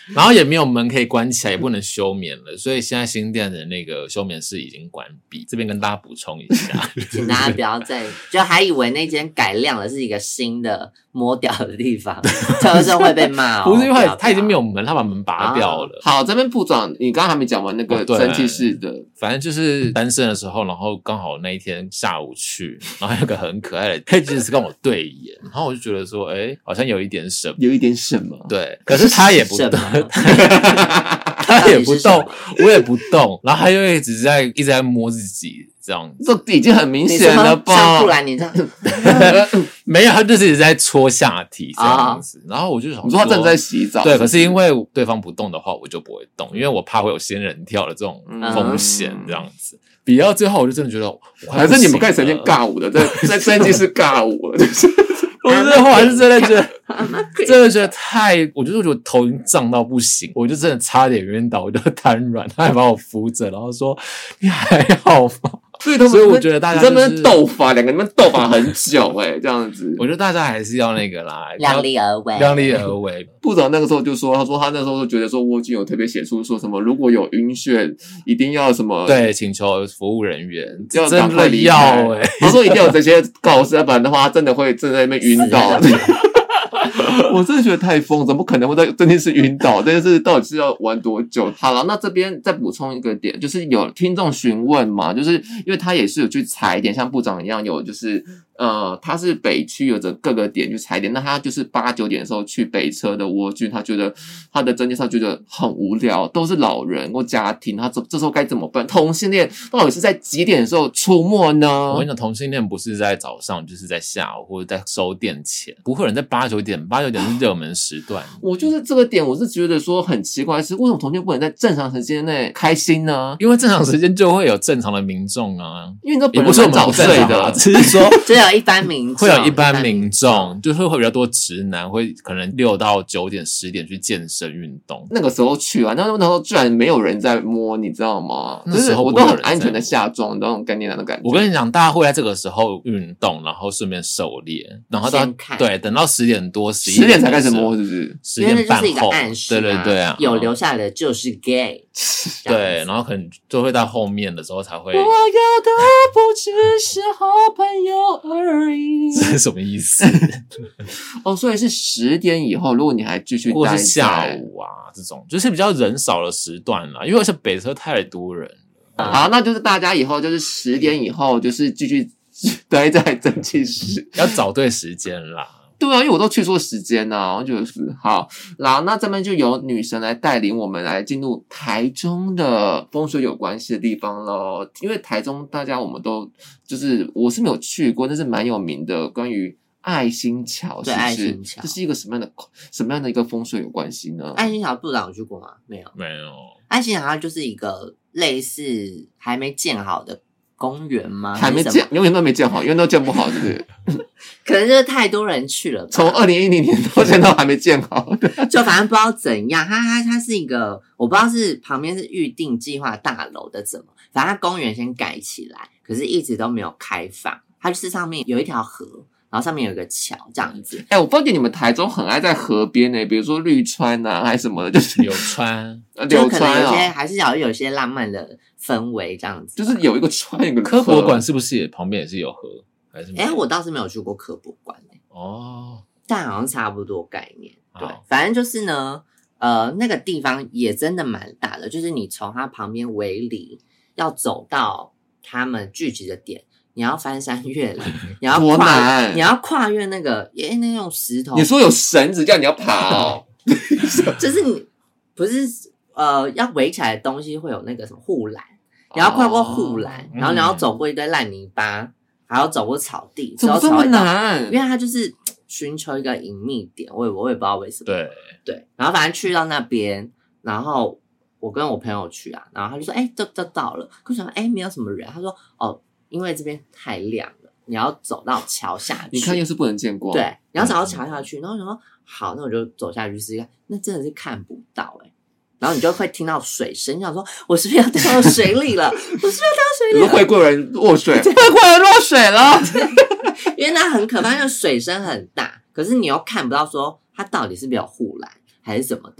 然后也没有门可以关起来，也不能休眠了，所以现在新店的那个休眠室已经关闭。这边跟大家补充一下， 请大家不要再就还以为那间改亮了是一个新的摸屌的地方，特色会被骂哦。 不是因为他他已经没有门，他把门拔掉了。 好，这边部长，你刚刚还没讲完那个蒸汽室的， 哦、反正就是单身的时候，然后刚好那一天下午去，然后有个很可爱的黑吉斯跟我对眼，然后我就觉得说，哎，好像有一点什么， 有一点什么， 对，可是他也不动，他也不动，我也不动，然后他又一直在一直在摸自己。这样这已经很明显了吧？ 像布兰你这样没有，他就是一直在戳下体这样子。然后我就想说， 你说他正在洗澡， 对，可是因为对方不动的话，我就不会动，因为我怕会有仙人跳的这种风险，这样子。比到最后，我就真的觉得， 还是你们开始呈现尬舞的，在在这一季是尬舞了，就是。 我这后来是真的觉得，真的觉得太，我就是觉得头已经胀到不行，我就真的差点晕倒，我就瘫软，他还把我扶着，然后说你还好吗？ 所以他们， 所以我觉得大家、就是、 你在那边斗法，两个人们斗法很久哎、欸，这样子。 我觉得大家还是要那个啦， 量力而为， 量力而为。 部长那个时候就说，他说他那时候就觉得说，蜗居有特别写出说什么，如果有晕眩，一定要什么， 对，请求服务人员要赶快离开。要哎、欸， 他说一定要有这些告示，要不然的话，他真的会真的在那边晕倒。我真的觉得太疯，怎么可能会在真的是晕倒？这件事到底是要玩多久？好了，那这边再补充一个点，就是有听众询问嘛，就是因为他也是有去踩点，像部长一样有就是呃，他是北区有着各个点去踩点，那他就是八九点的时候去北车的蜗居，他觉得他的证件上觉得很无聊，都是老人或家庭，他这这时候该怎么办？同性恋到底是在几点的时候出没呢？ 我跟你讲，同性恋不是在早上，就是在下午或者在收店前，不会有人在八九点，八九点是热门时段。 我就是这个点，我是觉得说很奇怪，是为什么同性不能在正常时间内开心呢？ 因为正常时间就会有正常的民众啊， 因为你知道本人蛮早睡的， 只是说只有一般民众， 会有一般民众，就是会比较多直男，会可能六到九点、十点去健身运动。 那个时候去啊，那那时候居然没有人在摸，你知道吗？ 那时候我都很安全的下装，那种概念那种感觉。 我跟你讲，大家会在这个时候运动，然后顺便狩猎，然后到对，等到十点多、十一点十点才开始摸，是不是？ 十点半后， 因为那就是一个暗示、啊， 对对对啊， 有留下来的就是 gay， 对，然后可能就会到后面的时候才会。 我要的不只是好朋友而已。 这是什么意思？ 哦，所以是十点以后，如果你还继续待在， 或是下午啊，这种就是比较人少的时段啦，因为而且北车太多人了。 好，那就是大家以后就是十点以后，就是继续待在蒸汽室， 要找对时间啦。 对啊，因为我都去错时间啊，我觉得是好。然后那这边就由女神来带领我们来进入台中的风水有关系的地方咯。因为台中大家我们都就是我是没有去过，但是蛮有名的，关于爱心桥，是不是？ 爱心桥， 这是一个什么样的什么样的一个风水有关系呢？ 爱心桥部长有去过吗？没有， 没有。 爱心桥它就是一个类似还没建好的公园吗？ 还没建，永远都没建好，永远都建不好，是不是？ 可能就是太多人去了吧， 从二零一零年到现在都还没建好， 就反正不知道怎样。它它它是一个，我不知道是旁边是预定计划大楼的怎么，反正它公园先盖起来，可是一直都没有开放。它就是上面有一条河，然后上面有一个桥这样子。 哎、欸，我发现你们台中很爱在河边呢、欸，比如说绿川啊，还是什么的，就是柳川， 柳川有些还是要有一些浪漫的氛围这样子。 就是有一个川，有个科博馆是不是也旁边也是有河？还是？ 哎、欸，我倒是没有去过科博馆诶。 哦， 但好像差不多概念。对，反正就是呢，呃，那个地方也真的蛮大的，就是你从它旁边围篱要走到他们聚集的点。你要翻山越岭，你要跨，你要跨越那个，诶，那用石头。 你说有绳子叫你要爬哦， 就是你不是呃要围起来的东西会有那个什么护栏，你要跨过护栏，哦、然后你要走过一堆烂泥巴，还要走过草地， 怎么这么难？ 因为它就是寻求一个隐秘点，我也我也不知道为什么。 对对，然后反正去到那边，然后我跟我朋友去啊，然后他就说，哎，这这到了，可是哎没有什么人，他说哦。因为这边太亮了，你要走到桥下去。 你看又是不能见光。 对，你要走到桥下去，然后想说好，那我就走下去试试看。那真的是看不到哎、欸，然后你就会听到水声，你想说我是不是要掉到水里了？我是不是要掉到水里了？ 会贵人落水，会贵人落水了。 因为那很可怕，因为水声很大，可是你又看不到说它到底是不是有护栏还是什么的。 你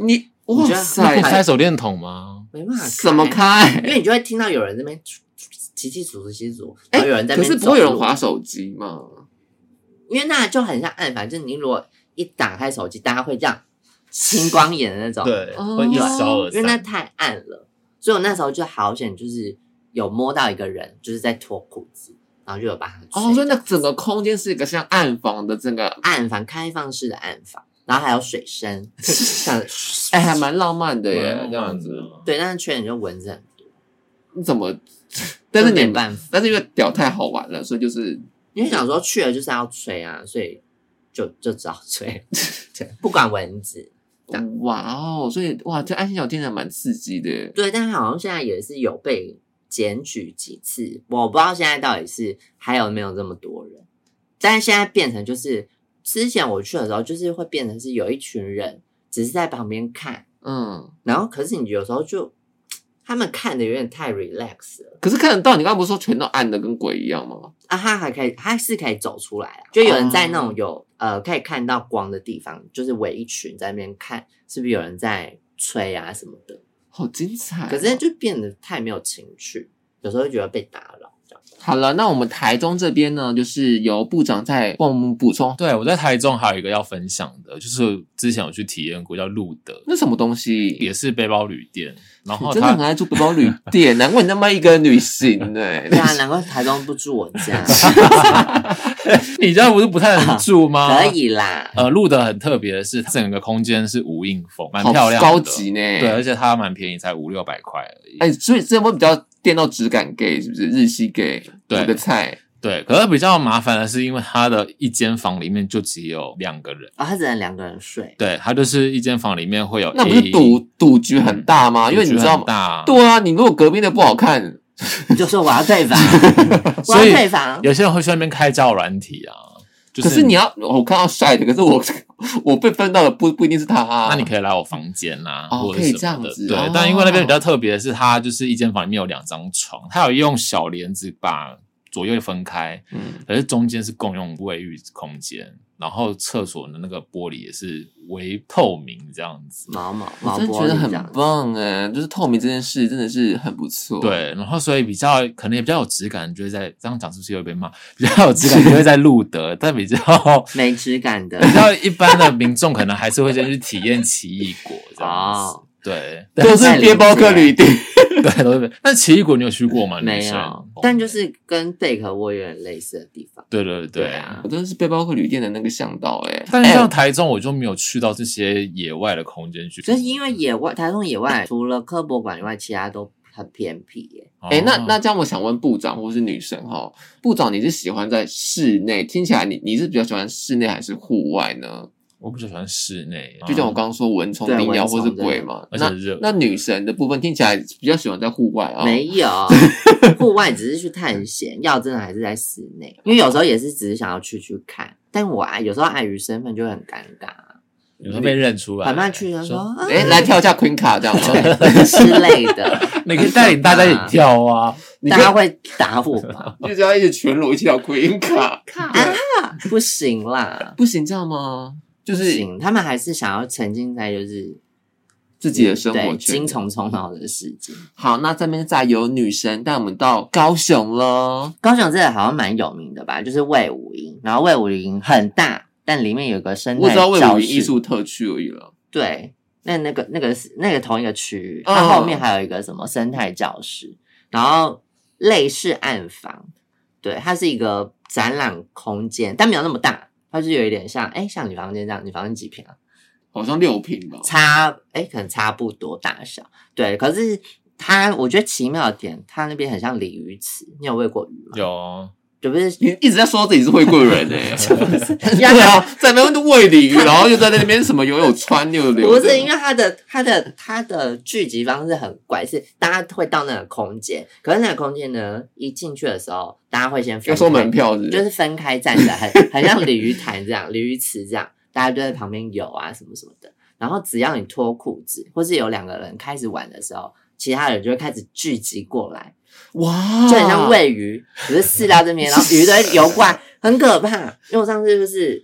哇塞， 开手电筒吗？ 没办法开， 怎么开？ 因为你就会听到有人在那边骑骑数数骑数，然后有人在那边可是不会有人滑手机吗？ 因为那就很像暗房，就是你如果一打开手机，大家会这样青光眼的那种， 对， 哦会一烧而散。 因为那太暗了，所以我那时候就好险，就是有摸到一个人，就是在脱裤子，然后就有把他吹。 哦，所以那整个空间是一个像暗房的这个暗房，开放式的暗房，然后还有水声，像哎，还蛮浪漫的耶， 蛮这样子。 对，但是缺点就蚊子很多， 你怎么？但是你没办法， 但是因为屌太好玩了，所以就是因为想说去了就是要吹啊，所以就就只好吹，不管蚊子。 哇哦，所以哇，这安心小听起来蛮刺激的耶。 对，但是好像现在也是有被检举几次，我不知道现在到底是还有没有这么多人，但是现在变成就是之前我去的时候，就是会变成是有一群人只是在旁边看， 嗯， 然后可是你有时候就他们看的有点太 relax 了可是看得到，你刚刚不是说全都暗的跟鬼一样吗？ 啊，他还可以，他是可以走出来啊，就有人在那种有、呃可以看到光的地方，就是围一群在那边看，是不是有人在吹啊什么的？ 好精彩哦、 可是就变得太没有情趣，有时候会觉得被打扰这样。 好了，那我们台中这边呢，就是由部长在帮我们补充。 对，我在台中还有一个要分享的，就是之前有去体验过，叫路德， 那什么东西？ 也是背包旅店。然后你真的很爱住背包旅店，难怪你那么一个女性呢、欸。 对啊，难怪台中不住我家， 你家不是不太能住吗？ 可以啦。 呃，路德很特别的是，整个空间是无印风，蛮好漂亮的， 高级呢。 对，而且它蛮便宜，才五六百块而已。 哎，所以这会比较电到质感 gay 是不是？日系 gay 对的菜。 对，可是比较麻烦的是，因为它的一间房里面就只有两个人。 啊、哦，他只能两个人睡。 对，它就是一间房里面会有 A， 那不是赌赌局很大吗？因为你知道很大， 对啊，你如果隔壁的不好看， 就说我要退房，我要退房。 有些人会去那边开交友软体啊。就是、 可是你要我看到帅的，可是我我被分到的不不一定是他、啊。 那你可以来我房间啊， 哦， 或者什么的可以这样子。 对、 哦， 但因为那边比较特别的是，它就是一间房里面有两张床，它有用小帘子把左右分开，嗯，可是中间是共用卫浴空间，然后厕所的那个玻璃也是微透明这样子， 毛毛毛我真的觉得很棒哎，就是透明这件事真的是很不错。 对，然后所以比较可能也比较有质感，就会在这样讲是不是有被骂？比较有质感就会在路德，但比较没质感的， 比较一般的民众可能还是会先去体验奇异果这样子。 哦对， 都是背包客旅店， 对，都是。但奇异果你有去过吗？ 没有，但就是跟贝壳窝有点类似的地方。 对对 对, 对啊， 我真的是背包客旅店的那个向导哎、欸。 但是像台中，我就没有去到这些野外的空间去。 就是因为野外，台中野外除了科博馆以外，其他都很偏僻耶。 哎、欸，那那这样我想问部长或是女神哈，部长你是喜欢在室内？听起来你你是比较喜欢室内还是户外呢？ 我比较喜欢室内， 就像我刚刚说蚊虫、叮咬或是鬼嘛， 而且热。 那女神的部分听起来比较喜欢在户外啊、哦？ 没有，户外只是去探险，要真的还是在室内，因为有时候也是只是想要去去看，但我有时候碍于身份就会很尴尬。 有时候被认出来， 慢慢去，他说：“ 哎、欸，来跳一下 Queen 卡这样之类的。” 你可以带领大家一起跳啊！ 大家会打我吗？ 就是要一起全裸一起跳 Queen 卡啊！不行啦， 不行这样吗？就是行，他们还是想要沉浸在就是自己的生活圈， 精虫充脑的世界。 好，那这边再由女神带我们到高雄了。 高雄这个好像蛮有名的吧，就是卫武营，然后卫武营很大。但里面有个生态教室， 我知道卫武营艺术特区而已了。 对，那那个那个是那个同一个区域，它后面还有一个什么生态教室，然后类似暗房，对，它是一个展览空间，但没有那么大，它就有一点像，哎，像你房间这样，你房间几平啊？ 好像六平吧， 差，哎，可能差不多大小，对，可是它我觉得奇妙的点，它那边很像鲤鱼池，你有喂过鱼吗？ 有。 对不对？ 你一直在说自己是会贵人诶、欸，对啊，在那边喂鲤鱼，然后又在那边什么又有川又有流。 不是，因为它的它的它的聚集方式很怪，是大家会到那个空间，可是那个空间呢，一进去的时候，大家会先分开要收门票是不是， 就是分开站着，很很像鲤鱼潭这样，鲤鱼池这样，大家就在旁边游啊什么什么的。然后只要你脱裤子，或是有两个人开始玩的时候，其他人就会开始聚集过来。 哇， 就很像喂鱼，只是饲料这边，然后鱼都会游过来，很可怕。因为我上次就是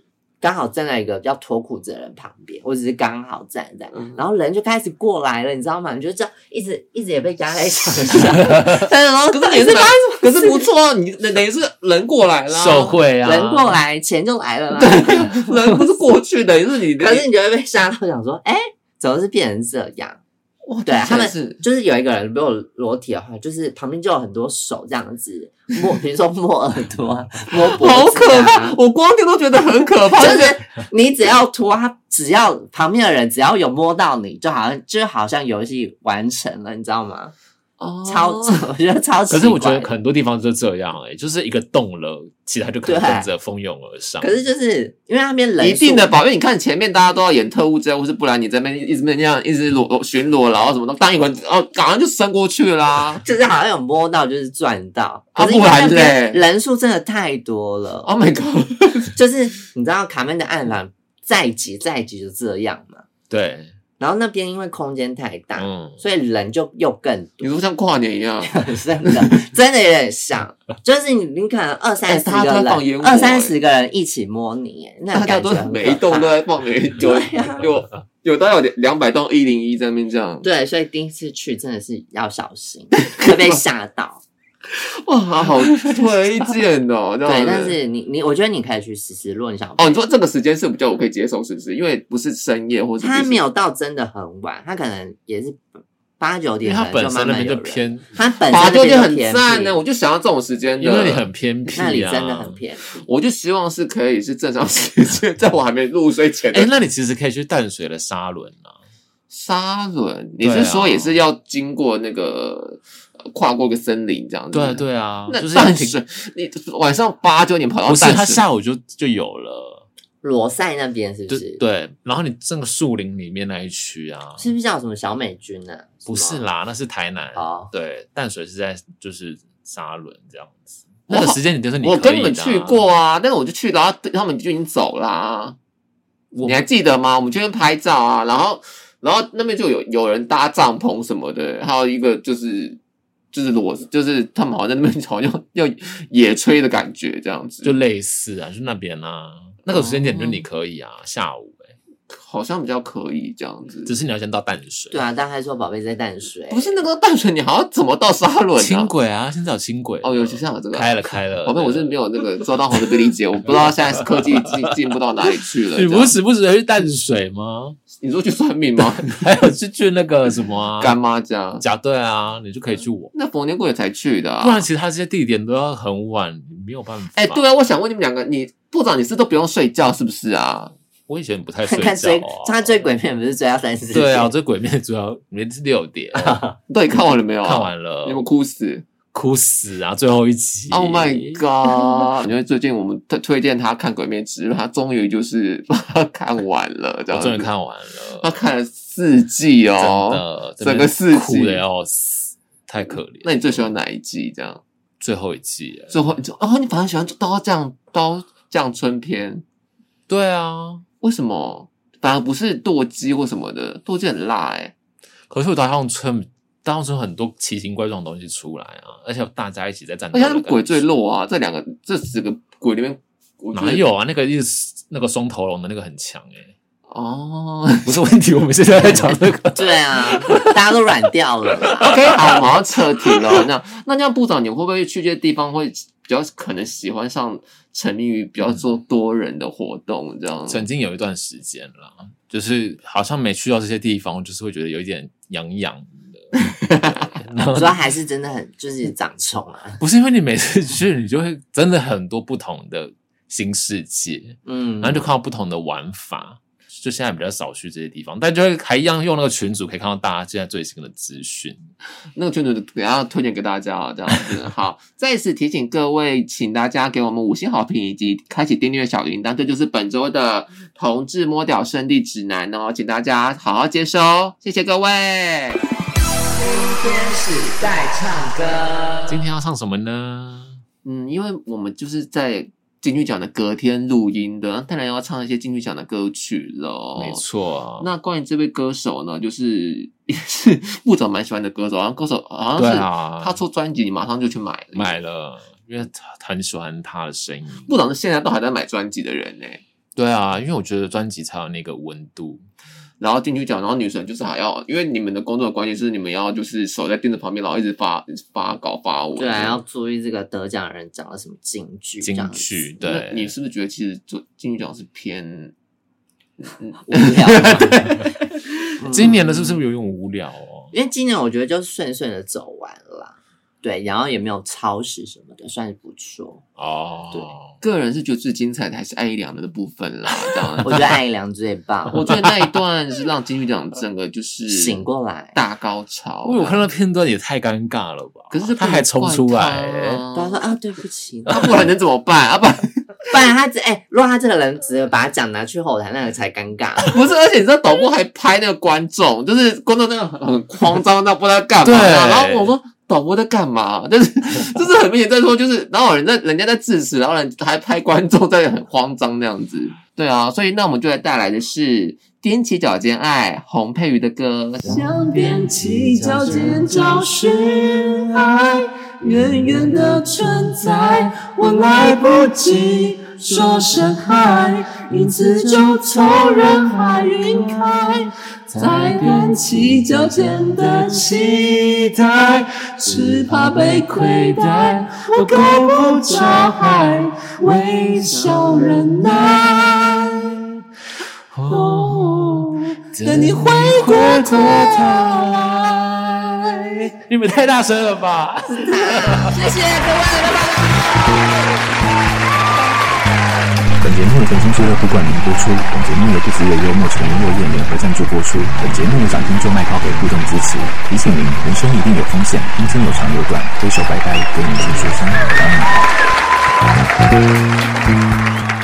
刚好站在一个要脱裤子的人旁边，我只是刚好站在，嗯、然后人就开始过来了，你知道吗？你就这样一直一直也被压在墙上，然后可是你是可是不错，你等于是人过来了， 受贿啊， 人过来钱就来了啦， 人不是过去的，也是你的， 可是你就会被吓到，想说，哎、欸，怎么是变成这样？ 哇， 对，他们是就是有一个人如果裸体的话，就是旁边就有很多手这样子摸，比如说摸耳朵、摸脖子、啊， 好可怕！我光听都觉得很可怕。 就是你只要脱，他只要旁边的人只要有摸到你，就好像就好像游戏完成了，你知道吗？哦，超，我觉得超奇怪。 可是我觉得很多地方就这样哎、欸，就是一个动了，其他就可能跟着蜂拥而上。 可是就是因为那边人一定的吧，因为你看前面大家都要演特务之类，或是不然你这边一直那样一直裸巡逻，然后什么的，当一个人哦，马上就伸过去了啦。 就是好像有摸到，就是赚到。 啊，不然嘞， 人数真的太多了。 Oh my god！ 就是你知道卡门的暗访再挤再挤就这样嘛。 对。 然后那边因为空间太大，嗯，所以人就又更多。 你说像跨年一样， 真的真的有点像，就是你你可能二三十个人，欸、二三十个人一起摸你，那种感觉很可怕。 每一栋都在放，每有有有大概有两百栋一零一在那边这样。 对，所以第一次去真的是要小心，会被吓到。 哇，好推荐哦！ 对，但是你你，我觉得你可以去试试。如果你想哦，你说这个时间是比较我可以接受，是不是？因为不是深夜，或者他没有到真的很晚，他可能也是八九点， 因为他本身那边就偏， 他本身八九点很赞呢。我就想要这种时间的， 因为你很偏僻、啊， 那里真的很偏僻。 我就希望是可以是正常时间，在我还没入睡前。 哎、欸，那你其实可以去淡水的沙仑啊。 沙仑，你是说也是要经过那个？跨过个森林这样子， 对对啊， 那就是淡水，你晚上八九点跑到淡水， 不是他下午就就有了。 罗塞那边是不是？ 对，然后你这个树林里面那一区啊， 是不是叫什么小美军呢、啊？ 不是啦，那是台南。 哦， 对，淡水是在就是沙仑这样子。那个时间点就是你、啊、 我跟你们去过啊，但是我就去，然后他们就已经走啦。你还记得吗？我们去那边拍照啊，然后然后那边就有有人搭帐篷什么的，还有一个就是。就是裸，就是他们好像在那边好像要野炊的感觉，这样子就类似啊，就那边啊，那个时间点就你可以啊，哦、下午哎、 欸，好像比较可以这样子， 只是你要先到淡水。 对啊，大概说宝贝在淡水， 不是那个淡水，你好像怎么到沙仑、啊？ 轻轨啊，现在有轻轨哦，尤其像有这个开了开了， 宝贝我是没有那个收到红的不理解，我不知道现在是科技进进步到哪里去了。 你不是时不时去淡水吗？ 你说去算命吗？ 还有去去那个什么啊， 干妈家家对啊，你就可以去玩。 那逢年过节才去的、啊， 不然其实他这些地点都要很晚，你没有办法。 哎、欸，对啊，我想问你们两个，你部长你是都不用睡觉是不是啊？ 我以前不太睡觉、啊， 看追他追鬼片不是追到三四点？ 对啊，追鬼片主要连是六点。 对，你看完了没有、啊？ 看完了， 你有没有哭死？ 哭死啊！最后一集 ，Oh my god！ 因为最近我们推推荐他看《鬼灭之刃》，他终于就是把它看完了，这样终于看完了， 他看了四季哦， 真的，整个四季哭的要死，太可怜。 那你最喜欢哪一季？这样最后一季， 最后哦，你反而喜欢刀匠刀匠春篇？ 对啊， 为什么？反而不是剁鸡或什么的，剁鸡很辣哎、欸。 可是我刀匠春。当初很多奇形怪状的东西出来啊，而且大家一起在战斗。 而且那个鬼最弱啊，这两个这十个鬼里面， 哪有啊？那个一直那个双头龙的那个很强哎、欸。 哦， 不是问题，我们现在在讲这个。 对啊，大家都软掉了。 OK， 好，我们要撤题了。那那这样，部长，你会不会去这些地方会比较可能喜欢上沉迷于比较做多人的活动这样？ 曾经有一段时间啦，就是好像每去到这些地方，就是会觉得有一点痒痒。 主要还是真的很就是长虫啊， 不是因为你每次去，你就会真的很多不同的新世界，嗯，然后就看到不同的玩法。就现在比较少去这些地方，但就会还一样用那个群组可以看到大家现在最新的资讯。 那个群组等一下推荐给大家啊，这样子。好，在此提醒各位，请大家给我们五星好评以及开启订阅小铃铛，这就是本周的同志摸屌圣地指南哦，请大家好好接收，谢谢各位。 今天是在唱歌， 今天要唱什么呢？ 嗯，因为我们就是在金曲奖的隔天录音的，当然要唱一些金曲奖的歌曲了。 没错。 那关于这位歌手呢，就是也是部长蛮喜欢的歌手，好像歌手好像是他出专辑，你马上就去买了， 买了，因为他很喜欢他的声音。 部长是现在都还在买专辑的人呢、欸。 对啊，因为我觉得专辑才有那个温度。 然后金曲奖，然后女神就是还要，因为你们的工作的关系是你们要就是守在电视旁边，然后一直发发稿发文， 对啊，要注意这个得奖人讲了什么金句， 金句，对。 那你是不是觉得其实做金曲奖是偏无聊？ 今年的是不是有点无聊哦？ 因为今年我觉得就顺顺的走完了，对，然后也没有超时什么的，算是不错哦。 对， 个人是觉得最精彩的还是艾怡良的部分啦。当然， 我觉得艾怡良最棒。 我觉得那一段是让金曲奖整个就是醒过来， 大高潮。 我看到片段也太尴尬了吧？ 可是他还冲出来、 欸， 他说啊，对不起， 他不然能怎么办？啊不然。 不然他只哎、欸，如果他这个人只有把他奖拿去后台，那个才尴尬。 不是，而且你知道导播还拍那个观众，就是观众那个很慌张，那不知道干嘛。 对。 然后我说导播在干嘛？就是就是很明显在说，就是然后有人在人家在致辞，然后人还拍观众在很慌张那样子。对啊，所以那我们就来带来的是踮起脚尖爱洪佩瑜的歌。 想踮起脚尖找寻爱，远远的存在，我来不及说声嗨，因此就从人海晕开，在踮起脚尖的期待，只怕被亏待，我够不着海，微笑忍耐。哦，等你回过头来。 你们太大声了吧！ 谢谢各位，拜拜。 本节目由甜心俱乐部冠名播出。本节目由不只有幽默陈落叶联合赞助播出。本节目由掌听就卖靠给互动支持。提醒您，人生一定有风险，阴天有长有短，挥手拜拜，给你一些说声，拜拜。